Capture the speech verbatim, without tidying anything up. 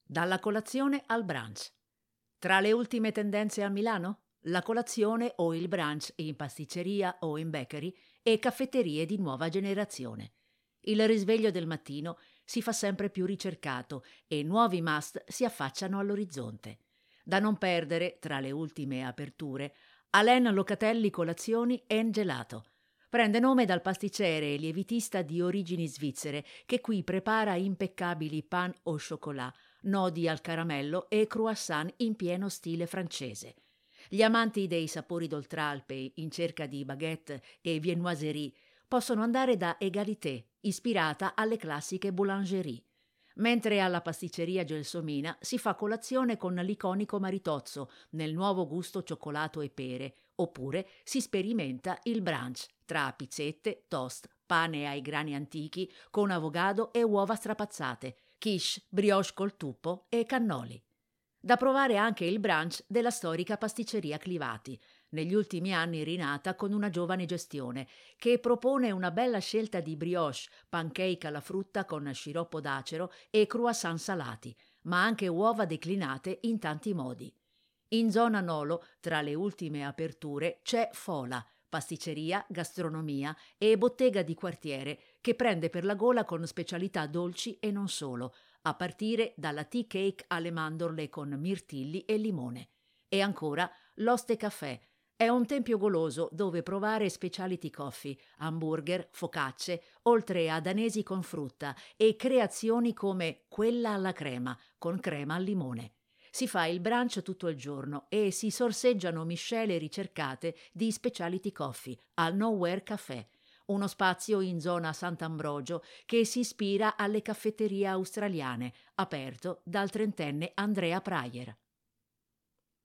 Dalla colazione al brunch. Tra le ultime tendenze a Milano? La colazione o il brunch in pasticceria o in bakery e caffetterie di nuova generazione. Il risveglio del mattino si fa sempre più ricercato e nuovi must si affacciano all'orizzonte. Da non perdere, tra le ultime aperture, Alain Locatelli Colazioni and Gelato. Prende nome dal pasticcere e lievitista di origini svizzere che qui prepara impeccabili pain au chocolat, nodi al caramello e croissant in pieno stile francese. Gli amanti dei sapori d'Oltralpe in cerca di baguette e viennoiserie possono andare da Egalité, ispirata alle classiche boulangerie, mentre alla pasticceria Gelsomina si fa colazione con l'iconico maritozzo nel nuovo gusto cioccolato e pere, oppure si sperimenta il brunch tra pizzette, toast, pane ai grani antichi con avogado e uova strapazzate, quiche, brioche col tuppo e cannoli. Da provare anche il brunch della storica pasticceria Clivati, negli ultimi anni rinata con una giovane gestione, che propone una bella scelta di brioche, pancake alla frutta con sciroppo d'acero e croissant salati, ma anche uova declinate in tanti modi. In zona Nolo, tra le ultime aperture, c'è Fola, pasticceria, gastronomia e bottega di quartiere che prende per la gola con specialità dolci e non solo, a partire dalla tea cake alle mandorle con mirtilli e limone. E ancora l'Oste Café. È un tempio goloso dove provare specialty coffee, hamburger, focacce, oltre a danesi con frutta e creazioni come quella alla crema, con crema al limone. Si fa il brunch tutto il giorno e si sorseggiano miscele ricercate di specialty coffee al Nowhere Café, uno spazio in zona Sant'Ambrogio che si ispira alle caffetterie australiane, aperto dal trentenne Andrea Pryor.